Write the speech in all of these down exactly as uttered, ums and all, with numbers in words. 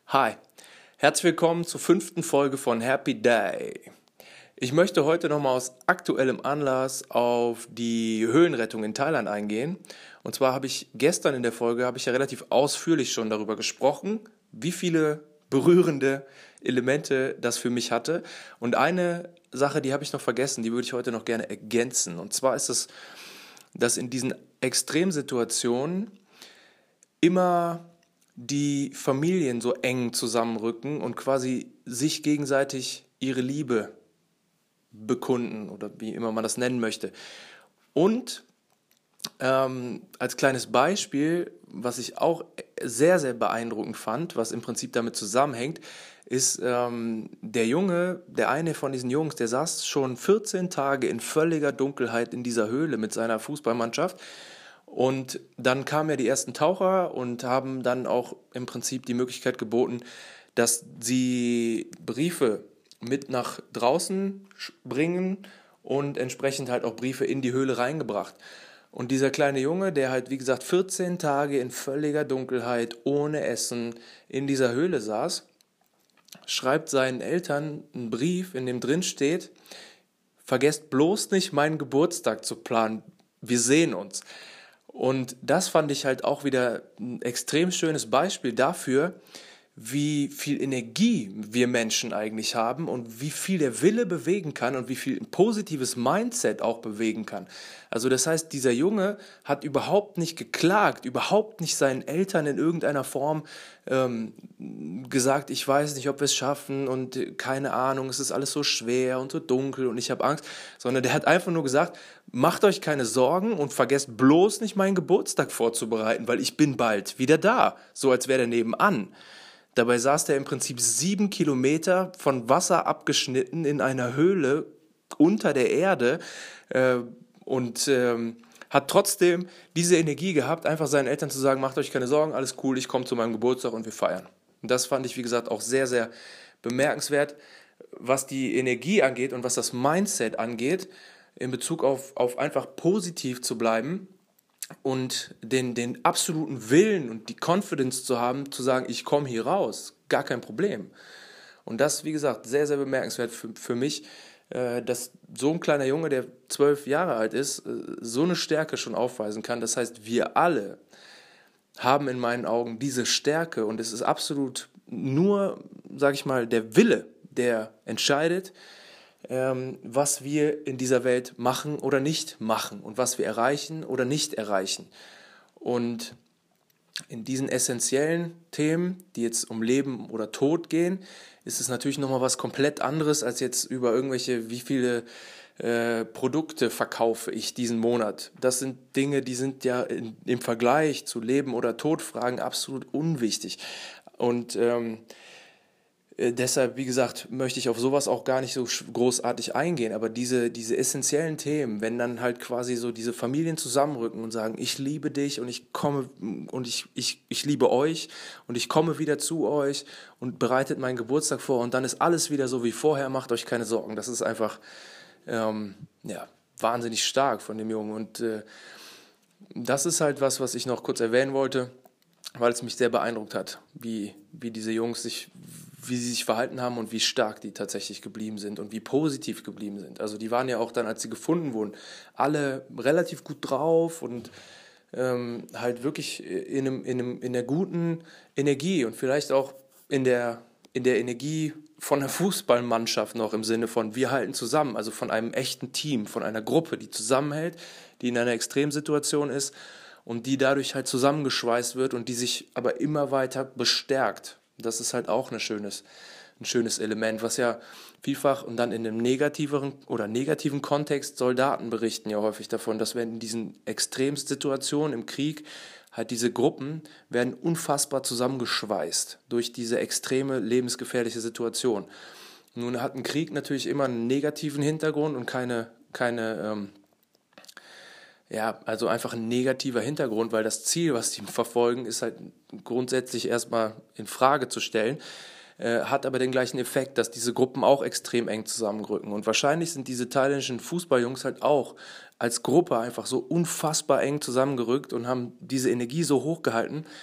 Hi, herzlich willkommen zur fünften Folge von Happy Day. Ich möchte heute nochmal aus aktuellem Anlass auf die Höhlenrettung in Thailand eingehen. Und zwar habe ich gestern in der Folge, habe ich ja relativ ausführlich schon darüber gesprochen, wie viele berührende Elemente das für mich hatte. Und eine Sache, die habe ich noch vergessen, die würde ich heute noch gerne ergänzen. Und zwar ist es, dass in diesen Extremsituationen immer die Familien so eng zusammenrücken und quasi sich gegenseitig ihre Liebe bekunden oder wie immer man das nennen möchte. Und ähm, als kleines Beispiel, was ich auch sehr, sehr beeindruckend fand, was im Prinzip damit zusammenhängt, ist ähm, der Junge, der eine von diesen Jungs, der saß schon vierzehn Tage in völliger Dunkelheit in dieser Höhle mit seiner Fußballmannschaft. Und dann kamen ja die ersten Taucher und haben dann auch im Prinzip die Möglichkeit geboten, dass sie Briefe mit nach draußen bringen und entsprechend halt auch Briefe in die Höhle reingebracht. Und dieser kleine Junge, der halt wie gesagt vierzehn Tage in völliger Dunkelheit, ohne Essen in dieser Höhle saß, schreibt seinen Eltern einen Brief, in dem drin steht: Vergesst bloß nicht, meinen Geburtstag zu planen, wir sehen uns. Und das fand ich halt auch wieder ein extrem schönes Beispiel dafür, wie viel Energie wir Menschen eigentlich haben und wie viel der Wille bewegen kann und wie viel ein positives Mindset auch bewegen kann. Also das heißt, dieser Junge hat überhaupt nicht geklagt, überhaupt nicht seinen Eltern in irgendeiner Form ähm, gesagt, ich weiß nicht, ob wir es schaffen und keine Ahnung, es ist alles so schwer und so dunkel und ich habe Angst, sondern der hat einfach nur gesagt, macht euch keine Sorgen und vergesst bloß nicht, meinen Geburtstag vorzubereiten, weil ich bin bald wieder da, so als wäre der nebenan. Dabei saß der im Prinzip sieben Kilometer von Wasser abgeschnitten in einer Höhle unter der Erde äh, und ähm, hat trotzdem diese Energie gehabt, einfach seinen Eltern zu sagen, macht euch keine Sorgen, alles cool, ich komme zu meinem Geburtstag und wir feiern. Und das fand ich, wie gesagt, auch sehr, sehr bemerkenswert, was die Energie angeht und was das Mindset angeht, in Bezug auf, auf einfach positiv zu bleiben und den, den absoluten Willen und die Confidence zu haben, zu sagen, ich komme hier raus, gar kein Problem. Und das, wie gesagt, sehr, sehr bemerkenswert für, für mich, äh, dass so ein kleiner Junge, der zwölf Jahre alt ist, äh, so eine Stärke schon aufweisen kann. Das heißt, wir alle haben in meinen Augen diese Stärke und es ist absolut nur, sage ich mal, der Wille, der entscheidet, Ähm, was wir in dieser Welt machen oder nicht machen und was wir erreichen oder nicht erreichen. Und in diesen essentiellen Themen, die jetzt um Leben oder Tod gehen, ist es natürlich nochmal was komplett anderes als jetzt über irgendwelche, wie viele äh, Produkte verkaufe ich diesen Monat. Das sind Dinge, die sind ja in, im Vergleich zu Leben- oder Todfragen absolut unwichtig. Und ähm, Deshalb, wie gesagt, möchte ich auf sowas auch gar nicht so großartig eingehen, aber diese, diese essentiellen Themen, wenn dann halt quasi so diese Familien zusammenrücken und sagen, ich liebe dich und ich komme und ich, ich, ich liebe euch und ich komme wieder zu euch und bereitet meinen Geburtstag vor und dann ist alles wieder so wie vorher, macht euch keine Sorgen. Das ist einfach ähm, ja, wahnsinnig stark von dem Jungen und äh, das ist halt was, was ich noch kurz erwähnen wollte, weil es mich sehr beeindruckt hat, wie, wie diese Jungs sich, wie sie sich verhalten haben und wie stark die tatsächlich geblieben sind und wie positiv geblieben sind. Also die waren ja auch dann, als sie gefunden wurden, alle relativ gut drauf und ähm, halt wirklich in, einem, in, einem, in der guten Energie und vielleicht auch in der, in der Energie von der Fußballmannschaft noch im Sinne von wir halten zusammen, also von einem echten Team, von einer Gruppe, die zusammenhält, die in einer Extremsituation ist und die dadurch halt zusammengeschweißt wird und die sich aber immer weiter bestärkt. Das ist halt auch ein schönes, ein schönes Element, was ja vielfach und dann in einem negativeren oder negativen Kontext Soldaten berichten ja häufig davon, dass wenn in diesen Extremsituationen im Krieg halt diese Gruppen werden unfassbar zusammengeschweißt durch diese extreme lebensgefährliche Situation. Nun hat ein Krieg natürlich immer einen negativen Hintergrund und keine, keine ähm, Ja, also einfach ein negativer Hintergrund, weil das Ziel, was die verfolgen, ist halt grundsätzlich erstmal in Frage zu stellen, äh, hat aber den gleichen Effekt, dass diese Gruppen auch extrem eng zusammenrücken. Und wahrscheinlich sind diese thailändischen Fußballjungs halt auch als Gruppe einfach so unfassbar eng zusammengerückt und haben diese Energie so hoch gehalten,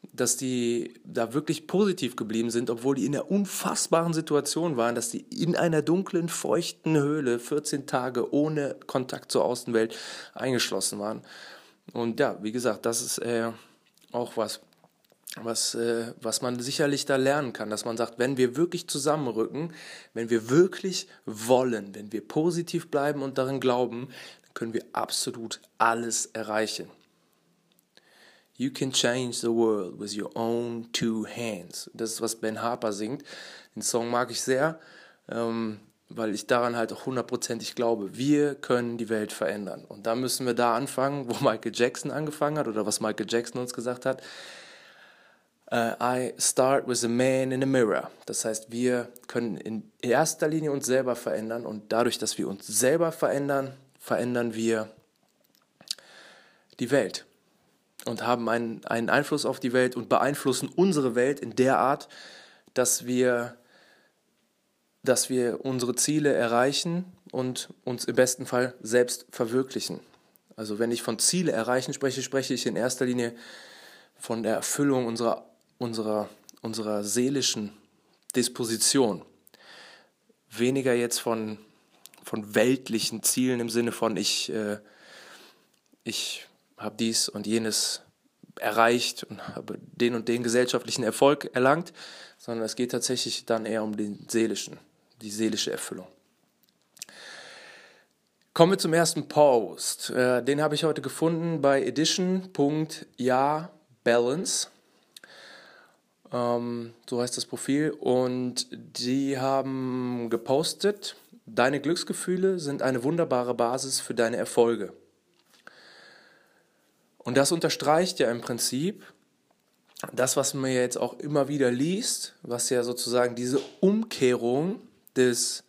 dass die da wirklich positiv geblieben sind, obwohl die in der unfassbaren Situation waren, dass die in einer dunklen, feuchten Höhle vierzehn Tage ohne Kontakt zur Außenwelt eingeschlossen waren. Und ja, wie gesagt, das ist äh, auch was, was, äh, was man sicherlich da lernen kann, dass man sagt, wenn wir wirklich zusammenrücken, wenn wir wirklich wollen, wenn wir positiv bleiben und darin glauben, dann können wir absolut alles erreichen. You can change the world with your own two hands. Das ist, was Ben Harper singt. Den Song mag ich sehr, ähm, weil ich daran halt auch hundertprozentig glaube. Wir können die Welt verändern. Und da müssen wir da anfangen, wo Michael Jackson angefangen hat oder was Michael Jackson uns gesagt hat. Uh, I start with a man in a mirror. Das heißt, wir können in erster Linie uns selber verändern und dadurch, dass wir uns selber verändern, verändern wir die Welt. Und haben einen, einen Einfluss auf die Welt und beeinflussen unsere Welt in der Art, dass wir, dass wir unsere Ziele erreichen und uns im besten Fall selbst verwirklichen. Also wenn ich von Ziele erreichen spreche, spreche ich in erster Linie von der Erfüllung unserer, unserer, unserer seelischen Disposition. Weniger jetzt von, von weltlichen Zielen im Sinne von ich, äh, ich habe dies und jenes erreicht und habe den und den gesellschaftlichen Erfolg erlangt, sondern es geht tatsächlich dann eher um den seelischen, die seelische Erfüllung. Kommen wir zum ersten Post. Äh, den habe ich heute gefunden bei edition punkt ja balance. Ähm, so heißt das Profil. Und die haben gepostet, deine Glücksgefühle sind eine wunderbare Basis für deine Erfolge. Und das unterstreicht ja im Prinzip das, was man ja jetzt auch immer wieder liest, was ja sozusagen diese Umkehrung des,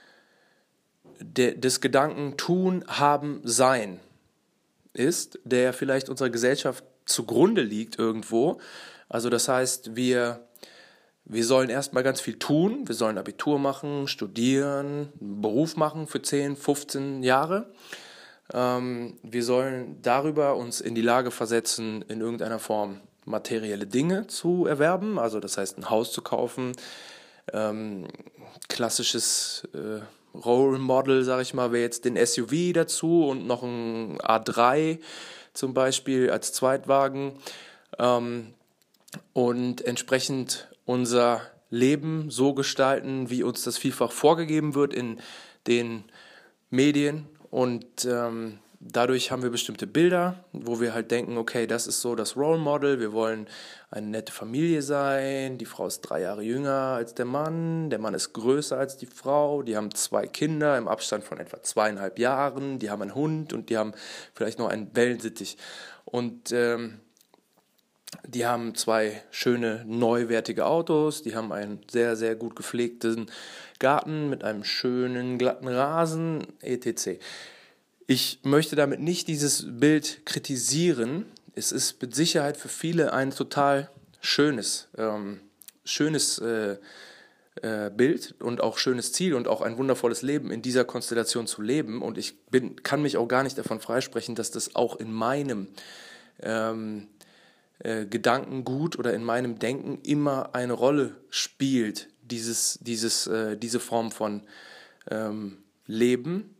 de, des Gedanken tun, haben, sein ist, der vielleicht unserer Gesellschaft zugrunde liegt irgendwo. Also das heißt, wir, wir sollen erstmal ganz viel tun, wir sollen Abitur machen, studieren, einen Beruf machen für zehn, fünfzehn Jahre. Wir sollen darüber uns in die Lage versetzen, in irgendeiner Form materielle Dinge zu erwerben, also das heißt ein Haus zu kaufen, ähm, klassisches äh, Role Model, sage ich mal, wäre jetzt den S U V dazu und noch ein A drei zum Beispiel als Zweitwagen ähm, und entsprechend unser Leben so gestalten, wie uns das vielfach vorgegeben wird in den Medien. Und ähm, dadurch haben wir bestimmte Bilder, wo wir halt denken, okay, das ist so das Role Model, wir wollen eine nette Familie sein, die Frau ist drei Jahre jünger als der Mann, der Mann ist größer als die Frau, die haben zwei Kinder im Abstand von etwa zweieinhalb Jahren, die haben einen Hund und die haben vielleicht noch einen Wellensittich. Und ähm, die haben zwei schöne, neuwertige Autos, die haben einen sehr, sehr gut gepflegten Garten mit einem schönen, glatten Rasen, et cetera. Ich möchte damit nicht dieses Bild kritisieren. Es ist mit Sicherheit für viele ein total schönes, ähm, schönes äh, äh, Bild und auch schönes Ziel und auch ein wundervolles Leben in dieser Konstellation zu leben. Und ich bin, kann mich auch gar nicht davon freisprechen, dass das auch in meinem ähm, äh, Gedankengut oder in meinem Denken immer eine Rolle spielt, dieses, dieses, äh, diese Form von ähm, Leben.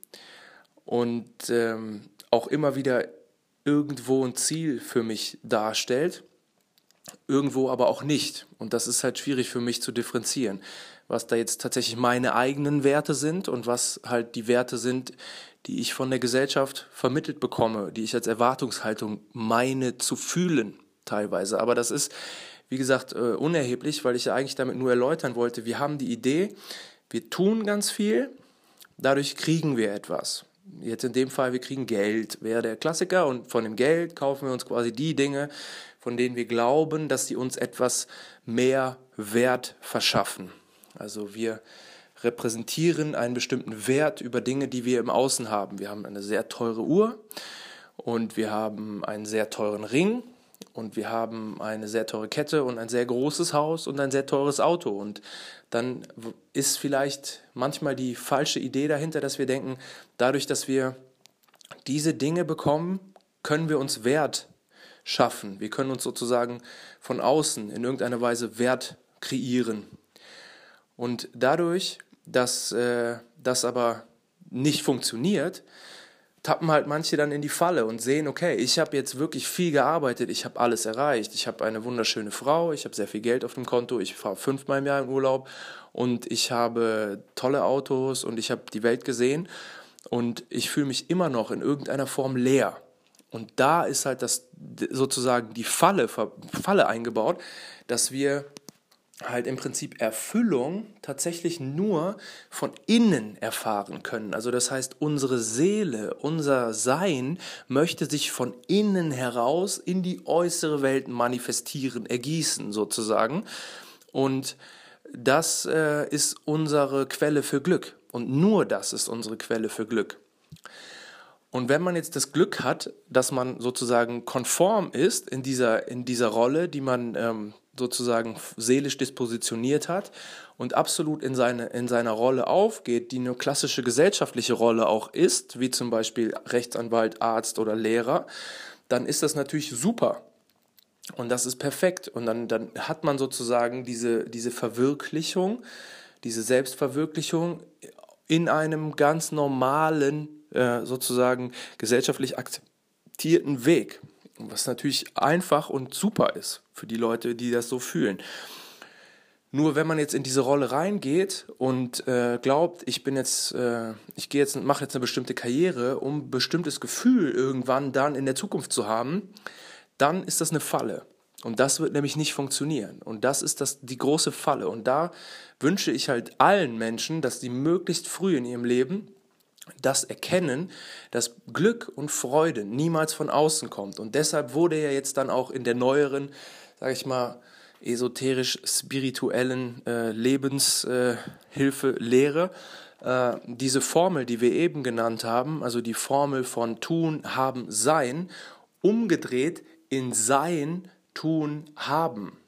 Und ähm, auch immer wieder irgendwo ein Ziel für mich darstellt, irgendwo aber auch nicht. Und das ist halt schwierig für mich zu differenzieren, was da jetzt tatsächlich meine eigenen Werte sind und was halt die Werte sind, die ich von der Gesellschaft vermittelt bekomme, die ich als Erwartungshaltung meine zu fühlen teilweise. Aber das ist, wie gesagt, äh, unerheblich, weil ich ja eigentlich damit nur erläutern wollte, wir haben die Idee, wir tun ganz viel, dadurch kriegen wir etwas. Jetzt in dem Fall, wir kriegen Geld, wäre der Klassiker, und von dem Geld kaufen wir uns quasi die Dinge, von denen wir glauben, dass sie uns etwas mehr Wert verschaffen. Also wir repräsentieren einen bestimmten Wert über Dinge, die wir im Außen haben. Wir haben eine sehr teure Uhr und wir haben einen sehr teuren Ring und wir haben eine sehr teure Kette und ein sehr großes Haus und ein sehr teures Auto. Und dann ist vielleicht manchmal die falsche Idee dahinter, dass wir denken, dadurch, dass wir diese Dinge bekommen, können wir uns Wert schaffen. Wir können uns sozusagen von außen in irgendeiner Weise Wert kreieren. Und dadurch, dass äh, das aber nicht funktioniert, tappen halt manche dann in die Falle und sehen, okay, ich habe jetzt wirklich viel gearbeitet, ich habe alles erreicht, ich habe eine wunderschöne Frau, ich habe sehr viel Geld auf dem Konto, ich fahre fünfmal im Jahr in Urlaub und ich habe tolle Autos und ich habe die Welt gesehen und ich fühle mich immer noch in irgendeiner Form leer. Und da ist halt das sozusagen die Falle, Falle eingebaut, dass wir halt im Prinzip Erfüllung tatsächlich nur von innen erfahren können. Also das heißt, unsere Seele, unser Sein möchte sich von innen heraus in die äußere Welt manifestieren, ergießen sozusagen. Und das äh, ist unsere Quelle für Glück. Und nur das ist unsere Quelle für Glück. Und wenn man jetzt das Glück hat, dass man sozusagen konform ist in dieser, in dieser Rolle, die man ähm, sozusagen seelisch dispositioniert hat und absolut in, seine, in seiner Rolle aufgeht, die eine klassische gesellschaftliche Rolle auch ist, wie zum Beispiel Rechtsanwalt, Arzt oder Lehrer, dann ist das natürlich super. Und das ist perfekt. Und dann, dann hat man sozusagen diese, diese Verwirklichung, diese Selbstverwirklichung in einem ganz normalen, äh, sozusagen gesellschaftlich akzeptierten Weg. Was natürlich einfach und super ist für die Leute, die das so fühlen. Nur wenn man jetzt in diese Rolle reingeht und äh, glaubt, ich bin jetzt, äh, ich gehe jetzt, mache jetzt eine bestimmte Karriere, um ein bestimmtes Gefühl irgendwann dann in der Zukunft zu haben, dann ist das eine Falle. Und das wird nämlich nicht funktionieren. Und das ist das, die große Falle. Und da wünsche ich halt allen Menschen, dass sie möglichst früh in ihrem Leben das erkennen, dass Glück und Freude niemals von außen kommt. Und deshalb wurde ja jetzt dann auch in der neueren, sage ich mal, esoterisch-spirituellen äh, Lebenshilfe-Lehre äh, diese Formel, die wir eben genannt haben, also die Formel von Tun, Haben, Sein, umgedreht in Sein, Tun, Haben.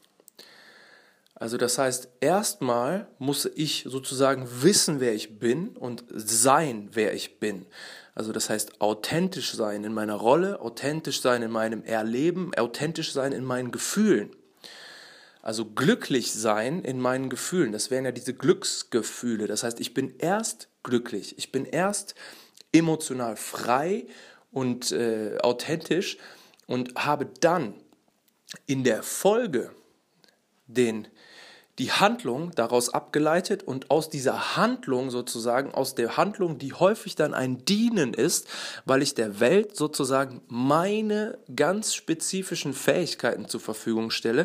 Also das heißt, erstmal muss ich sozusagen wissen, wer ich bin und sein, wer ich bin. Also das heißt, authentisch sein in meiner Rolle, authentisch sein in meinem Erleben, authentisch sein in meinen Gefühlen. Also glücklich sein in meinen Gefühlen, das wären ja diese Glücksgefühle. Das heißt, ich bin erst glücklich, ich bin erst emotional frei und äh, authentisch und habe dann in der Folge den die Handlung daraus abgeleitet und aus dieser Handlung sozusagen, aus der Handlung, die häufig dann ein Dienen ist, weil ich der Welt sozusagen meine ganz spezifischen Fähigkeiten zur Verfügung stelle,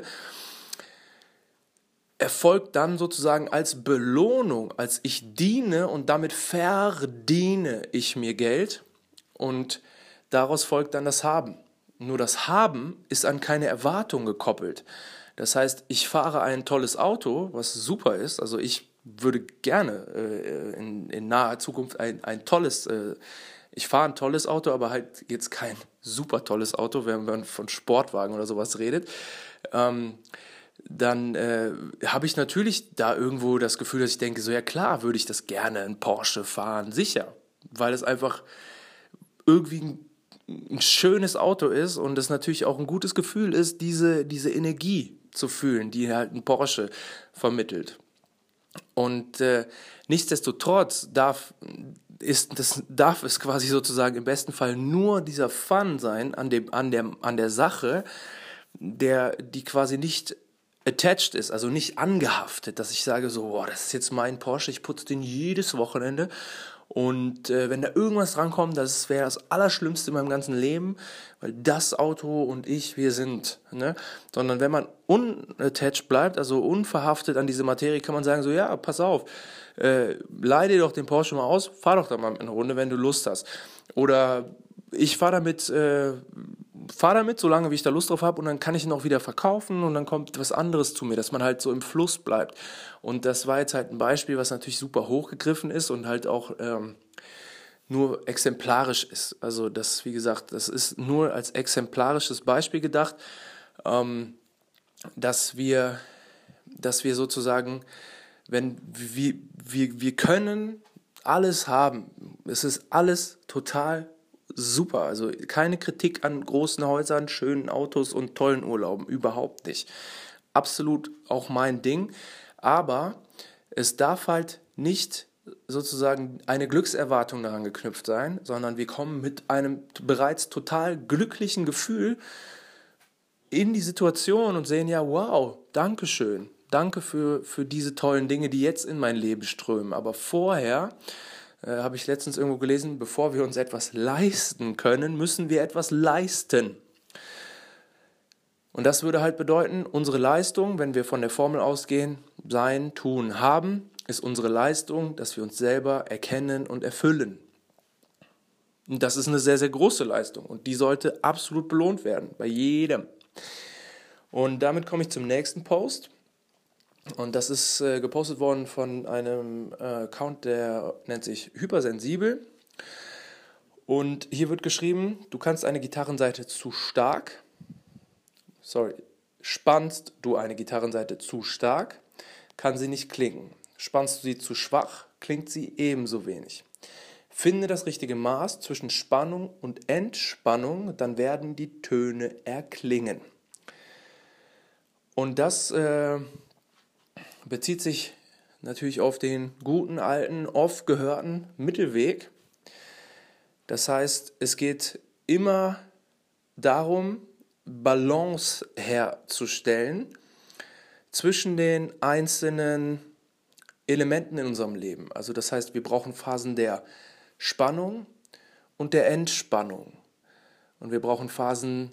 erfolgt dann sozusagen als Belohnung, als ich diene und damit verdiene ich mir Geld und daraus folgt dann das Haben. Nur das Haben ist an keine Erwartung gekoppelt. Das heißt, ich fahre ein tolles Auto, was super ist. Also ich würde gerne äh, in, in naher Zukunft ein, ein tolles, äh, ich fahre ein tolles Auto, aber halt jetzt kein super tolles Auto, wenn man von Sportwagen oder sowas redet. Ähm, dann äh, habe ich natürlich da irgendwo das Gefühl, dass ich denke, so ja klar, würde ich das gerne, ein Porsche fahren, sicher. Weil es einfach irgendwie ein ein schönes Auto ist und es natürlich auch ein gutes Gefühl ist, diese, diese Energie zu fühlen, die halt ein Porsche vermittelt. Und äh, nichtsdestotrotz darf, ist, das darf es quasi sozusagen im besten Fall nur dieser Fun sein an, dem, an, der, an der Sache, der, die quasi nicht attached ist, also nicht angehaftet, dass ich sage so, boah, das ist jetzt mein Porsche, ich putze den jedes Wochenende. Und äh, wenn da irgendwas drankommt, das wäre das Allerschlimmste in meinem ganzen Leben, weil das Auto und ich, wir sind, ne? Sondern wenn man unattached bleibt, also unverhaftet an diese Materie, kann man sagen so, ja, pass auf, äh, leih dir doch den Porsche mal aus, fahr doch da mal eine Runde, wenn du Lust hast. Oder ich fahre damit, äh, fahr damit, solange wie ich da Lust drauf habe und dann kann ich ihn auch wieder verkaufen und dann kommt was anderes zu mir, dass man halt so im Fluss bleibt. Und das war jetzt halt ein Beispiel, was natürlich super hochgegriffen ist und halt auch ähm, nur exemplarisch ist. Also das, wie gesagt, das ist nur als exemplarisches Beispiel gedacht, ähm, dass wir, dass wir sozusagen, wenn wir, wir, wir können alles haben, es ist alles total super. Also keine Kritik an großen Häusern, schönen Autos und tollen Urlauben, überhaupt nicht. Absolut auch mein Ding, aber es darf halt nicht sozusagen eine Glückserwartung daran geknüpft sein, sondern wir kommen mit einem bereits total glücklichen Gefühl in die Situation und sehen, ja, wow, danke schön, danke für, für diese tollen Dinge, die jetzt in mein Leben strömen. Aber vorher, äh, habe ich letztens irgendwo gelesen, bevor wir uns etwas leisten können, müssen wir etwas leisten. Und das würde halt bedeuten, unsere Leistung, wenn wir von der Formel ausgehen, sein, tun, haben, ist unsere Leistung, dass wir uns selber erkennen und erfüllen. Und das ist eine sehr, sehr große Leistung und die sollte absolut belohnt werden, bei jedem. Und damit komme ich zum nächsten Post. Und das ist äh, gepostet worden von einem äh, Account, der nennt sich Hypersensibel. Und hier wird geschrieben, du kannst eine Gitarrenseite zu stark, sorry, spannst du eine Gitarrenseite zu stark, kann sie nicht klingen. Spannst du sie zu schwach, klingt sie ebenso wenig. Finde das richtige Maß zwischen Spannung und Entspannung, dann werden die Töne erklingen. Und das äh, bezieht sich natürlich auf den guten, alten, oft gehörten Mittelweg. Das heißt, es geht immer darum, Balance herzustellen zwischen den einzelnen Elementen in unserem Leben. Also das heißt, wir brauchen Phasen der Spannung und der Entspannung. Und wir brauchen Phasen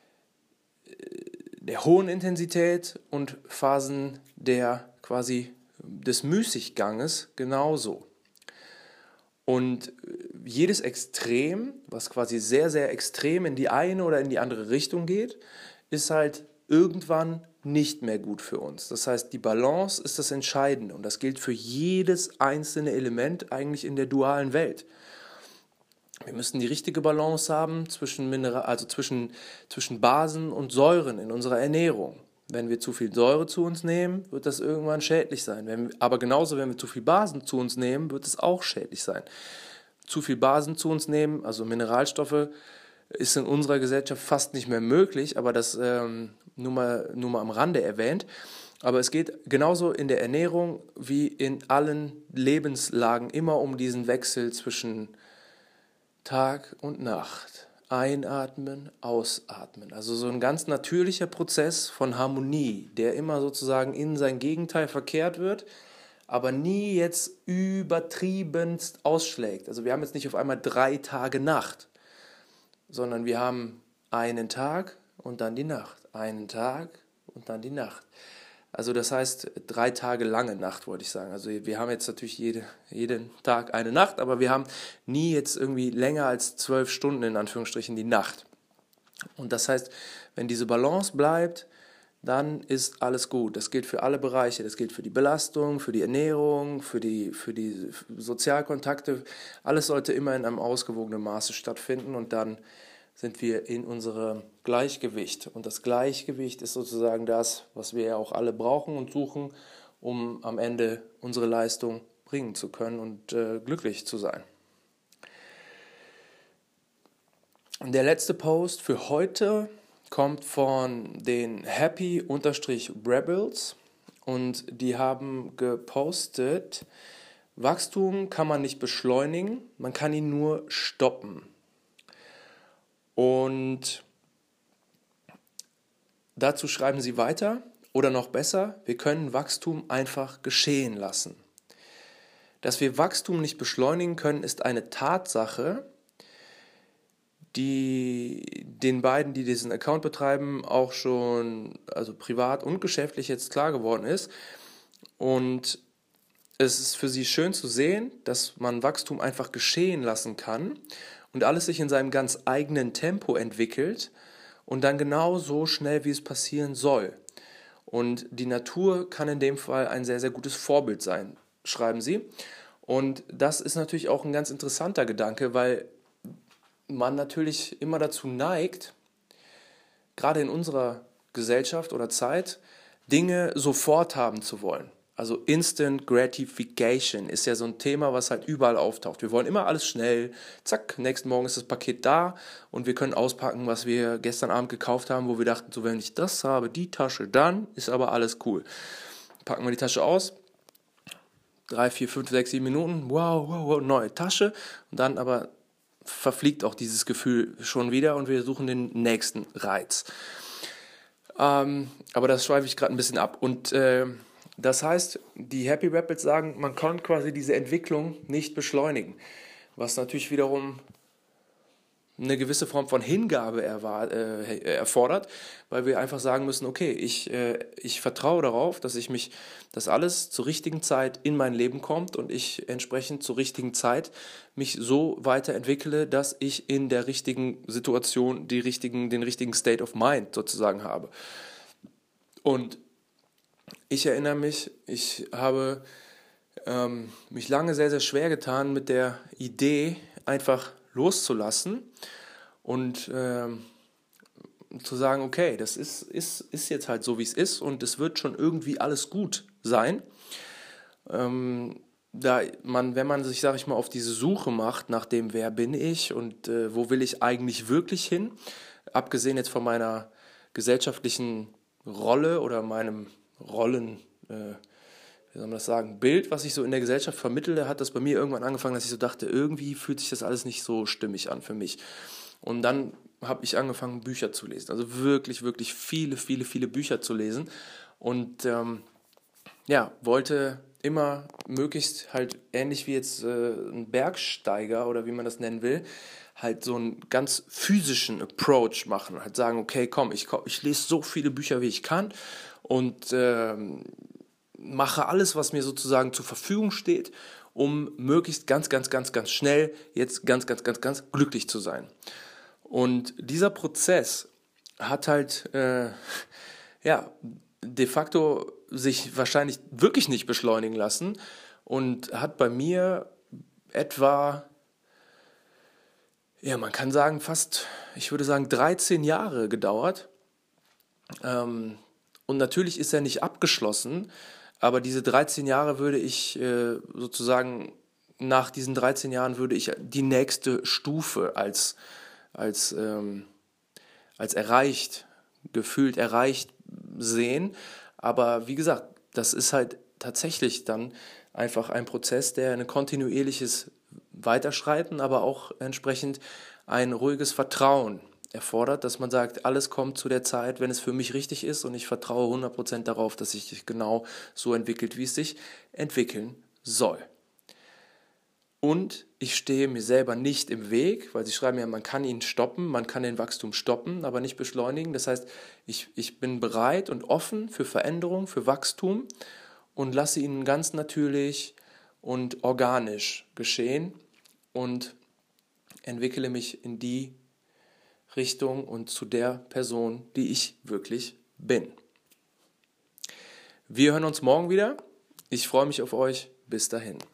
der hohen Intensität und Phasen der quasi des Müßigganges genauso. Und jedes Extrem, was quasi sehr, sehr extrem in die eine oder in die andere Richtung geht, ist halt irgendwann nicht mehr gut für uns. Das heißt, die Balance ist das Entscheidende und das gilt für jedes einzelne Element eigentlich in der dualen Welt. Wir müssen die richtige Balance haben zwischen, Mineral, also zwischen, zwischen Basen und Säuren in unserer Ernährung. Wenn wir zu viel Säure zu uns nehmen, wird das irgendwann schädlich sein. Wenn wir, aber genauso, wenn wir zu viel Basen zu uns nehmen, wird es auch schädlich sein. Zu viel Basen zu uns nehmen, also Mineralstoffe, ist in unserer Gesellschaft fast nicht mehr möglich, aber das ähm, nur mal, nur mal am Rande erwähnt. Aber es geht genauso in der Ernährung wie in allen Lebenslagen immer um diesen Wechsel zwischen Tag und Nacht. Einatmen, ausatmen. Also so ein ganz natürlicher Prozess von Harmonie, der immer sozusagen in sein Gegenteil verkehrt wird, aber nie jetzt übertriebenst ausschlägt. Also wir haben jetzt nicht auf einmal drei Tage Nacht, sondern wir haben einen Tag und dann die Nacht. Einen Tag und dann die Nacht. Also das heißt, drei Tage lange Nacht, wollte ich sagen. Also wir haben jetzt natürlich jede, jeden Tag eine Nacht, aber wir haben nie jetzt irgendwie länger als zwölf Stunden in Anführungsstrichen die Nacht. Und das heißt, wenn diese Balance bleibt, dann ist alles gut. Das gilt für alle Bereiche. Das gilt für die Belastung, für die Ernährung, für die, für die Sozialkontakte. Alles sollte immer in einem ausgewogenen Maße stattfinden und dann sind wir in unserem Gleichgewicht. Und das Gleichgewicht ist sozusagen das, was wir ja auch alle brauchen und suchen, um am Ende unsere Leistung bringen zu können und äh, glücklich zu sein. Der letzte Post für heute kommt von den Happy-Rebels und die haben gepostet, Wachstum kann man nicht beschleunigen, man kann ihn nur stoppen. Und dazu schreiben sie weiter, oder noch besser, wir können Wachstum einfach geschehen lassen. Dass wir Wachstum nicht beschleunigen können, ist eine Tatsache, die den beiden, die diesen Account betreiben, auch schon also privat und geschäftlich jetzt klar geworden ist. Und es ist für sie schön zu sehen, dass man Wachstum einfach geschehen lassen kann und alles sich in seinem ganz eigenen Tempo entwickelt und dann genau so schnell, wie es passieren soll. Und die Natur kann in dem Fall ein sehr, sehr gutes Vorbild sein, schreiben sie. Und das ist natürlich auch ein ganz interessanter Gedanke, weil man natürlich immer dazu neigt, gerade in unserer Gesellschaft oder Zeit, Dinge sofort haben zu wollen. Also Instant Gratification ist ja so ein Thema, was halt überall auftaucht. Wir wollen immer alles schnell, zack, nächsten Morgen ist das Paket da und wir können auspacken, was wir gestern Abend gekauft haben, wo wir dachten, so wenn ich das habe, die Tasche, dann ist aber alles cool. Packen wir die Tasche aus, drei, vier, fünf, sechs, sieben Minuten, wow, wow, wow, neue Tasche und dann aber verfliegt auch dieses Gefühl schon wieder und wir suchen den nächsten Reiz. Ähm, aber das schweife ich gerade ein bisschen ab und äh, das heißt, die Happy Rabbits sagen, man kann quasi diese Entwicklung nicht beschleunigen, was natürlich wiederum eine gewisse Form von Hingabe erwar- äh, erfordert, weil wir einfach sagen müssen, okay, ich, äh, ich vertraue darauf, dass ich mich, dass alles zur richtigen Zeit in mein Leben kommt und ich entsprechend zur richtigen Zeit mich so weiterentwickle, dass ich in der richtigen Situation die richtigen, den richtigen State of Mind sozusagen habe. Und ich erinnere mich, ich habe ähm, mich lange sehr, sehr schwer getan mit der Idee, einfach loszulassen und ähm, zu sagen, okay, das ist, ist, ist jetzt halt so, wie es ist und es wird schon irgendwie alles gut sein. Ähm, da man, wenn man sich, sag ich mal, auf diese Suche macht nach dem, wer bin ich und äh, wo will ich eigentlich wirklich hin, abgesehen jetzt von meiner gesellschaftlichen Rolle oder meinem Rollen, äh, wie soll man das sagen, Bild, was ich so in der Gesellschaft vermittle, hat das bei mir irgendwann angefangen, dass ich so dachte, irgendwie fühlt sich das alles nicht so stimmig an für mich. Und dann habe ich angefangen, Bücher zu lesen. Also wirklich, wirklich viele, viele, viele Bücher zu lesen. Und ähm, ja, wollte immer möglichst halt ähnlich wie jetzt äh, ein Bergsteiger oder wie man das nennen will, halt so einen ganz physischen Approach machen. Halt sagen, okay, komm, ich, ich lese so viele Bücher, wie ich kann und ähm, mache alles, was mir sozusagen zur Verfügung steht, um möglichst ganz, ganz, ganz, ganz schnell jetzt ganz, ganz, ganz, ganz glücklich zu sein. Und dieser Prozess hat halt, äh, ja, de facto sich wahrscheinlich wirklich nicht beschleunigen lassen und hat bei mir etwa, ja, man kann sagen fast, ich würde sagen dreizehn Jahre gedauert. Ähm, und natürlich ist er nicht abgeschlossen, aber diese dreizehn Jahre würde ich äh, sozusagen, nach diesen dreizehn Jahren würde ich die nächste Stufe als, als, ähm, als erreicht, gefühlt erreicht sehen. Aber wie gesagt, das ist halt tatsächlich dann einfach ein Prozess, der ein kontinuierliches Weiterschreiten, aber auch entsprechend ein ruhiges Vertrauen erfordert, dass man sagt, alles kommt zu der Zeit, wenn es für mich richtig ist und ich vertraue hundert Prozent darauf, dass sich das genau so entwickelt, wie es sich entwickeln soll. Und ich stehe mir selber nicht im Weg, weil sie schreiben ja, man kann ihn stoppen, man kann den Wachstum stoppen, aber nicht beschleunigen. Das heißt, ich, ich bin bereit und offen für Veränderung, für Wachstum und lasse ihn ganz natürlich und organisch geschehen und entwickle mich in die Richtung und zu der Person, die ich wirklich bin. Wir hören uns morgen wieder. Ich freue mich auf euch. Bis dahin.